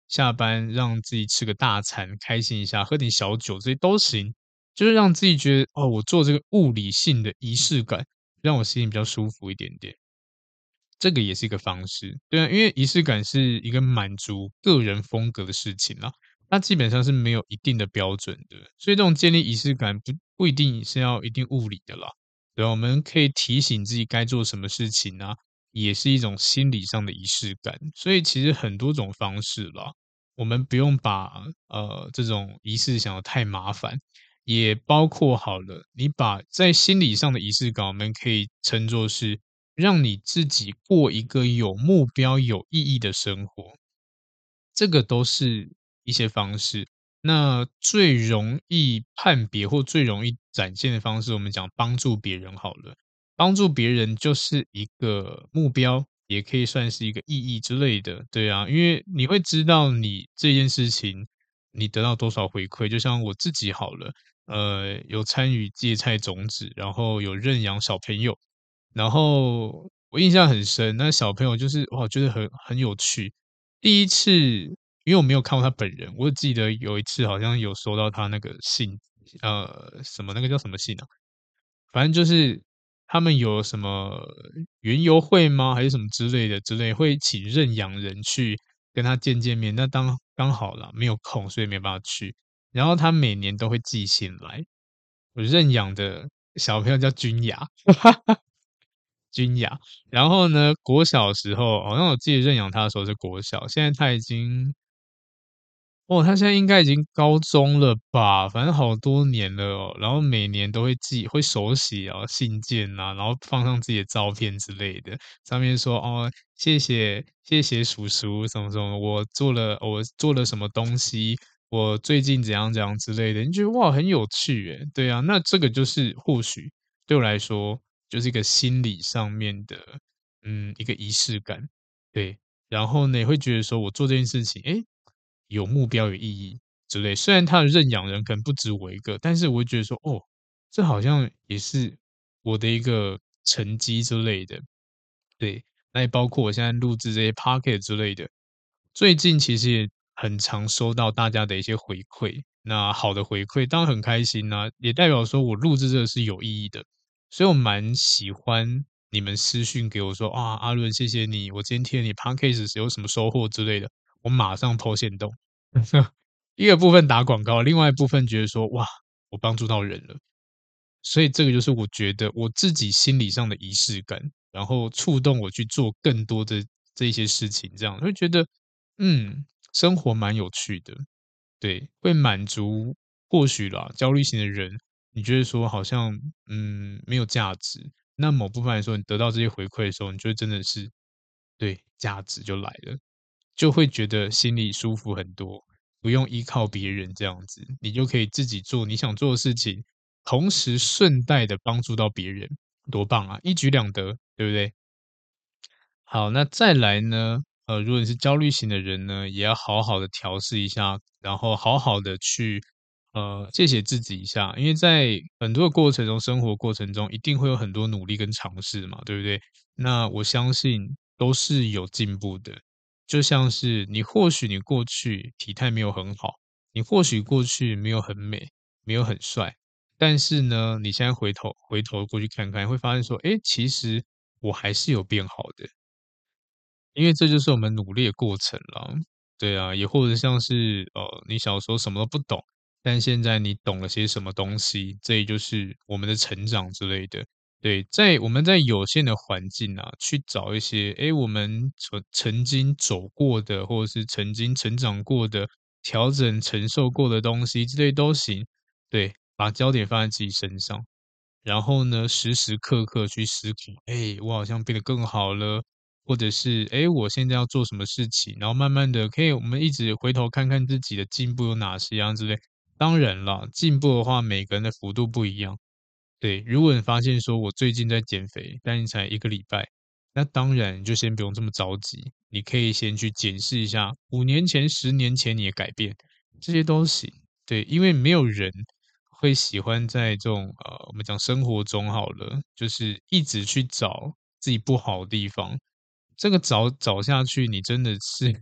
下班让自己吃个大餐，开心一下，喝点小酒，这些都行。就是让自己觉得，哦，我做这个物理性的仪式感，让我心里比较舒服一点点。这个也是一个方式，对啊，因为仪式感是一个满足个人风格的事情啦，它基本上是没有一定的标准的，所以这种建立仪式感不一定是要一定物理的啦，对啊，我们可以提醒自己该做什么事情啊，也是一种心理上的仪式感，所以其实很多种方式啦，我们不用把这种仪式想得太麻烦，也包括好了，你把在心理上的仪式感，我们可以称作是让你自己过一个有目标、有意义的生活。这个都是一些方式。那最容易判别或最容易展现的方式，我们讲帮助别人好了。帮助别人就是一个目标，也可以算是一个意义之类的，对啊。因为你会知道你这件事情，你得到多少回馈。就像我自己好了，有参与芥菜种子，然后有认养小朋友，然后我印象很深，那小朋友就是哇，我觉得很有趣。第一次，因为我没有看过他本人，我记得有一次好像有收到他那个信，什么那个叫什么信啊？反正就是他们有什么园游会吗？还是什么之类，会请认养人去跟他见面。那刚好啦，没有空，所以没办法去。然后他每年都会寄信来，我认养的小朋友叫君雅，君雅。然后呢，国小的时候，好像我记得认养他的时候是国小，现在他已经哦，他现在应该已经高中了吧，反正好多年了哦。然后每年都会会手写啊信件啊，然后放上自己的照片之类的，上面说哦，谢谢叔叔什么什么，我做了什么东西，我最近怎样怎样之类的，你觉得哇很有趣诶，对啊，那这个就是或许对我来说就是一个心理上面的一个仪式感，对。然后呢，也会觉得说我做这件事情，诶，有目标、有意义之类。虽然他的认养人可能不止我一个，但是我会觉得说，哦，这好像也是我的一个成绩之类的。对，那也包括我现在录制这些 Pocket 之类的，最近其实也很常收到大家的一些回馈。那好的回馈当然很开心呐、也代表说我录制这个是有意义的。所以我蛮喜欢你们私讯给我说啊，阿伦，谢谢你，我今天听了你 podcast 有什么收获之类的，我马上 po 限动。一个部分打广告，另外一部分觉得说哇，我帮助到人了。所以这个就是我觉得我自己心理上的仪式感，然后触动我去做更多的这一些事情，这样会觉得生活蛮有趣的。对，会满足或许啦，焦虑型的人，你觉得说好像没有价值，那某部分来说，你得到这些回馈的时候，你就会真的是对价值就来了，就会觉得心里舒服很多，不用依靠别人这样子，你就可以自己做你想做的事情，同时顺带的帮助到别人，多棒啊，一举两得，对不对？好，那再来呢？如果你是焦虑型的人呢，也要好好的调试一下，然后好好的去谢谢自己一下，因为在很多的过程中，生活过程中一定会有很多努力跟尝试嘛，对不对？那我相信都是有进步的，就像是你或许你过去体态没有很好，你或许过去没有很美，没有很帅，但是呢，你现在回头过去看看，会发现说，诶，其实我还是有变好的。因为这就是我们努力的过程了。对啊，也或者像是，你小时候什么都不懂，但现在你懂了些什么东西，这也就是我们的成长之类的。对，我们在有限的环境啊，去找一些，诶，我们曾经走过的，或者是曾经成长过的、调整承受过的东西之类都行。对，把焦点放在自己身上。然后呢，时时刻刻去思考，哎，我好像变得更好了，或者是哎，我现在要做什么事情，然后慢慢的，可以我们一直回头看看自己的进步有哪些啊之类。当然了，进步的话，每个人的幅度不一样。对，如果你发现说我最近在减肥，但是才1个礼拜，那当然你就先不用这么着急，你可以先去检视一下5年前、10年前你的改变，这些都行。对，因为没有人会喜欢在这种我们讲生活中好了，就是一直去找自己不好的地方，这个找下去，你真的是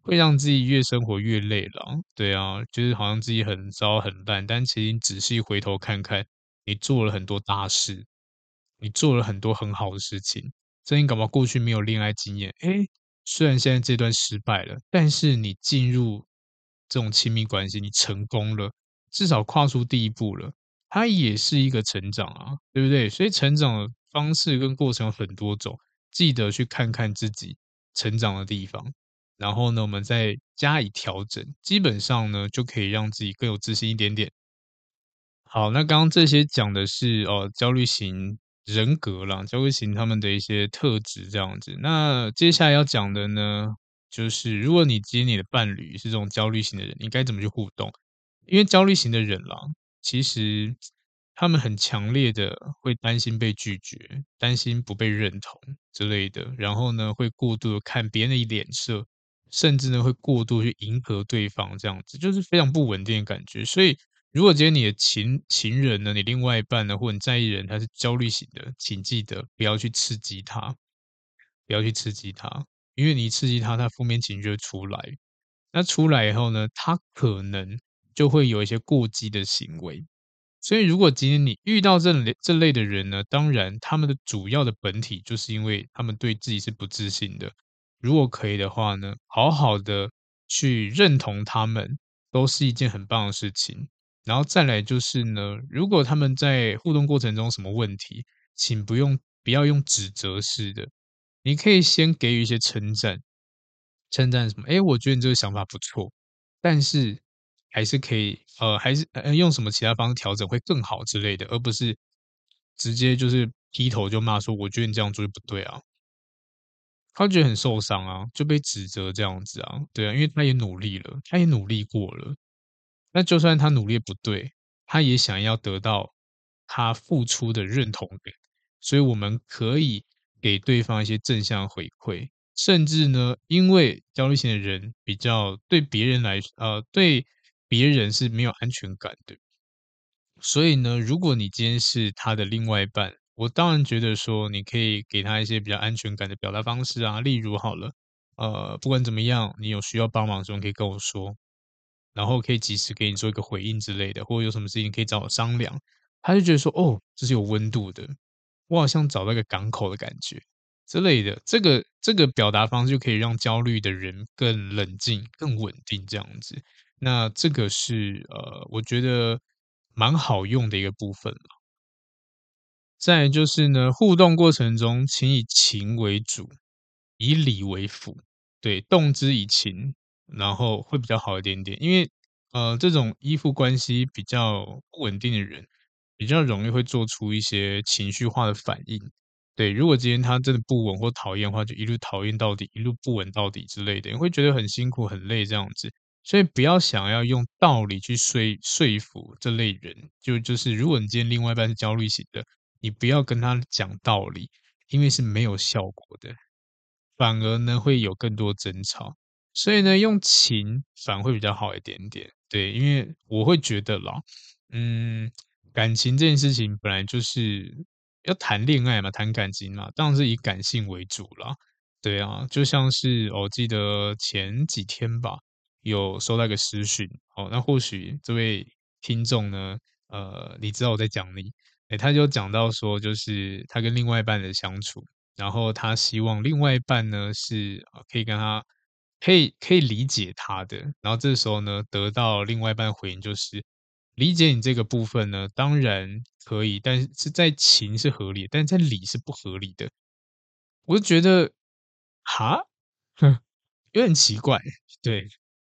会让自己越生活越累了。对啊，就是好像自己很糟很烂，但其实你仔细回头看看，你做了很多大事，你做了很多很好的事情。这你搞不好过去没有恋爱经验，诶，虽然现在这段失败了，但是你进入这种亲密关系，你成功了，至少跨出第一步了，它也是一个成长啊，对不对？所以成长的方式跟过程有很多种，记得去看看自己成长的地方，然后呢，我们再加以调整，基本上呢，就可以让自己更有自信一点点。好，那刚刚这些讲的是焦虑型人格啦，焦虑型他们的一些特质这样子。那接下来要讲的呢，就是如果你今天你的伴侣是这种焦虑型的人，你该怎么去互动？因为焦虑型的人啦，其实他们很强烈的会担心被拒绝，担心不被认同之类的，然后呢，会过度的看别人的脸色，甚至呢会过度去迎合对方，这样子就是非常不稳定的感觉。所以如果今天你的情人呢，你另外一半呢，或你在意人他是焦虑型的，请记得不要去刺激他，不要去刺激他，因为你一刺激他，他负面情绪就会出来。那出来以后呢，他可能就会有一些过激的行为。所以如果今天你遇到这类的人呢，当然他们的主要的本体就是因为他们对自己是不自信的。如果可以的话呢，好好的去认同他们，都是一件很棒的事情。然后再来就是呢，如果他们在互动过程中有什么问题，请不要用指责式的，你可以先给予一些称赞，称赞什么？诶，我觉得你这个想法不错，但是还是可以，还是用什么其他方式调整会更好之类的，而不是直接就是劈头就骂说，我觉得你这样做就不对啊。他觉得很受伤啊，就被指责这样子啊，对啊，因为他也努力了，他也努力过了，那就算他努力不对，他也想要得到他付出的认同感，所以我们可以给对方一些正向回馈，甚至呢，因为焦虑型的人比较对别人是没有安全感的，所以呢，如果你今天是他的另外一半，我当然觉得说你可以给他一些比较安全感的表达方式啊，例如好了，不管怎么样，你有需要帮忙的时候，你可以跟我说，然后可以及时给你做一个回应之类的，或者有什么事情可以找我商量。他就觉得说，哦，这是有温度的，我好像找到一个港口的感觉之类的。这个表达方式就可以让焦虑的人更冷静、更稳定这样子。那这个是我觉得蛮好用的一个部分。再来就是呢，互动过程中，请以情为主，以理为辅，对，动之以情，然后会比较好一点点。因为这种依附关系比较不稳定的人，比较容易会做出一些情绪化的反应。对，如果今天他真的不稳或讨厌的话，就一路讨厌到底，一路不稳到底之类的，你会觉得很辛苦、很累这样子。所以不要想要用道理去说服这类人，就是如果你今天另外一半是焦虑型的。你不要跟他讲道理，因为是没有效果的，反而呢会有更多争吵。所以呢，用情反而会比较好一点点。对，因为我会觉得啦，嗯，感情这件事情本来就是要谈恋爱嘛，谈感情嘛，当然是以感性为主啦。对啊，就像是我记得前几天吧，有收到一个私讯，哦，那或许这位听众呢，你知道我在讲你，他就讲到说，就是他跟另外一半的相处，然后他希望另外一半呢是可以跟他可以理解他的，然后这时候呢得到另外一半回应就是理解你这个部分呢，当然可以，但是在情是合理的，但是在理是不合理的。我就觉得，哈，有点奇怪，对，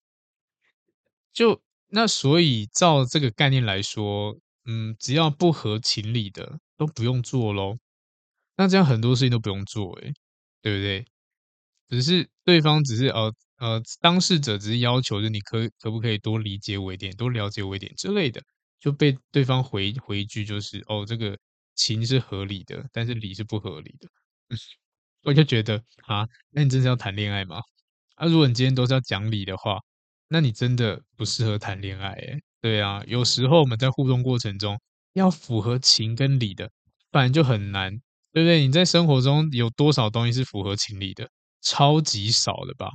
那所以照这个概念来说，只要不合情理的都不用做咯。那这样很多事情都不用做欸，对不对？只是对方只是当事者只是要求，就你可不可以多理解我一点，多了解我一点之类的，就被对方回一句就是哦，这个情是合理的，但是理是不合理的。我就觉得啊，那你真是要谈恋爱吗？如果你今天都是要讲理的话，那你真的不适合谈恋爱诶。对啊，有时候我们在互动过程中要符合情跟理的，不然就很难，对不对？你在生活中有多少东西是符合情理的？超级少的吧？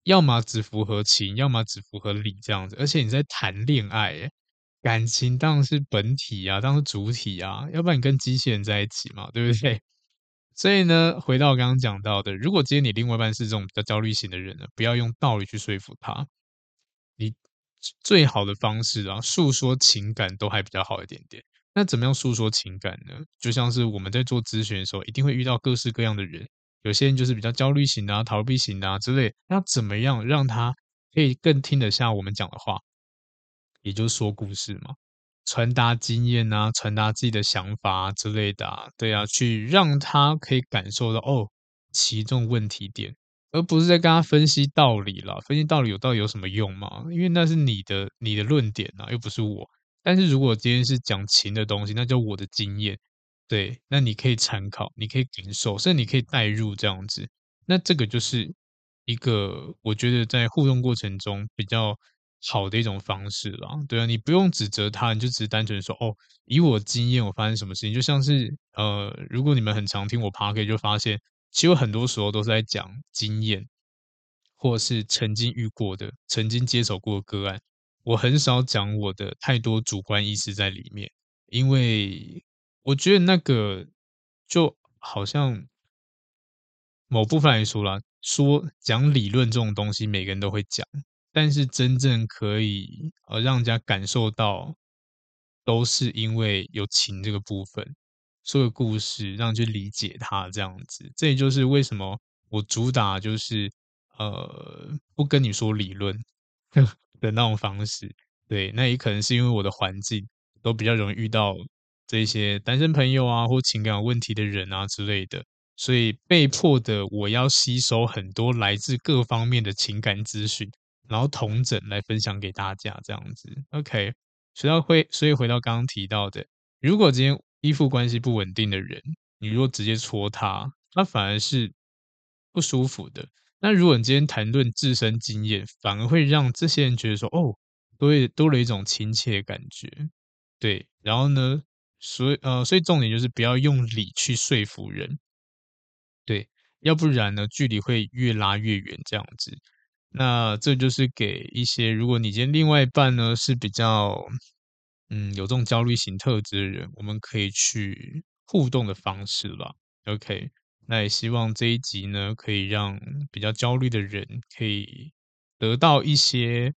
要么只符合情，要么只符合理这样子。而且你在谈恋爱耶，感情当然是本体啊，当然是主体啊，要不然你跟机器人在一起嘛，对不对？所以呢，回到我刚刚讲到的，如果今天你另外一半是这种比较焦虑型的人呢，不要用道理去说服他，你最好的方式啊，诉说情感都还比较好一点点。那怎么样诉说情感呢？就像是我们在做咨询的时候，一定会遇到各式各样的人，有些人就是比较焦虑型的啊、逃避型的啊之类。那怎么样让他可以更听得下我们讲的话？也就是说故事嘛，传达经验啊，传达自己的想法啊之类的啊，对啊，去让他可以感受到哦其中问题点，而不是在跟他分析道理啦。分析道理到底有什么用吗？因为那是你的论点啊，又不是我。但是如果今天是讲情的东西，那叫我的经验，对，那你可以参考，你可以感受，甚至你可以带入这样子。那这个就是一个我觉得在互动过程中比较好的一种方式啦。对啊，你不用指责他，你就只是单纯地说哦，以我经验，我发生什么事情，就像是如果你们很常听我 Podcast，就发现其实我很多时候都是在讲经验，或是曾经遇过的、曾经接手过的个案，我很少讲我的太多主观意识在里面，因为我觉得那个就好像某部分来说啦，说讲理论这种东西，每个人都会讲，但是真正可以让人家感受到，都是因为有情这个部分，说个故事让人去理解它这样子。这也就是为什么我主打就是不跟你说理论的那种方式。对，那也可能是因为我的环境都比较容易遇到这些单身朋友啊，或情感有问题的人啊之类的。所以被迫的我要吸收很多来自各方面的情感资讯，然后统整来分享给大家这样子。OK，所以回到刚刚提到的，如果今天依附关系不稳定的人，你如果直接戳他，他反而是不舒服的。那如果你今天谈论自身经验，反而会让这些人觉得说，哦，多了一种亲切的感觉。对，然后呢，所以重点就是不要用理去说服人。对，要不然呢，距离会越拉越远这样子。那这就是给一些如果你今天另外一半呢，是比较，有这种焦虑型特质的人，我们可以去互动的方式啦。OK，那也希望这一集呢，可以让比较焦虑的人可以得到一些，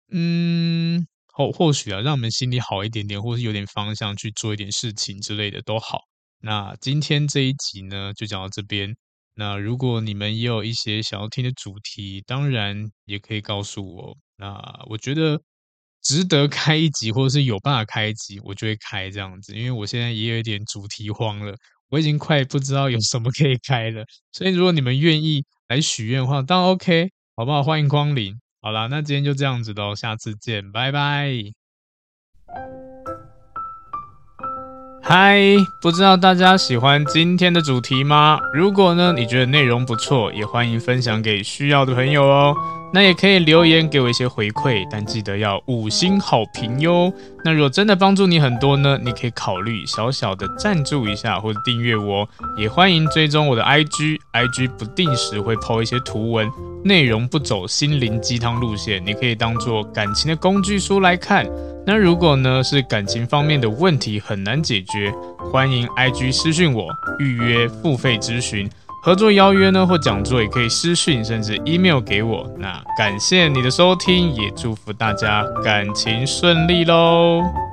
或许啊，让我们心里好一点点，或是有点方向去做一点事情之类的都好。那今天这一集呢，就讲到这边。那如果你们也有一些想要听的主题，当然也可以告诉我。那我觉得值得开一集，或者是有办法开一集，我就会开这样子。因为我现在也有一点主题荒了，我已经快不知道有什么可以开了。所以如果你们愿意来许愿的话，当然 OK，好不好？欢迎光临。好啦，那今天就这样子咯，下次见，拜拜。嗨，不知道大家喜欢今天的主题吗？如果呢，你觉得内容不错，也欢迎分享给需要的朋友哦。那也可以留言给我一些回馈，但记得要5星好评哟。那如果真的帮助你很多呢，你可以考虑小小的赞助一下或者订阅我，也欢迎追踪我的 IG 不定时会 po 一些图文，内容不走心灵鸡汤路线，你可以当做感情的工具书来看。那如果呢是感情方面的问题很难解决，欢迎 IG 私讯我预约付费咨询。合作邀约呢或讲座也可以私讯甚至 email 给我。那感谢你的收听，也祝福大家感情顺利咯。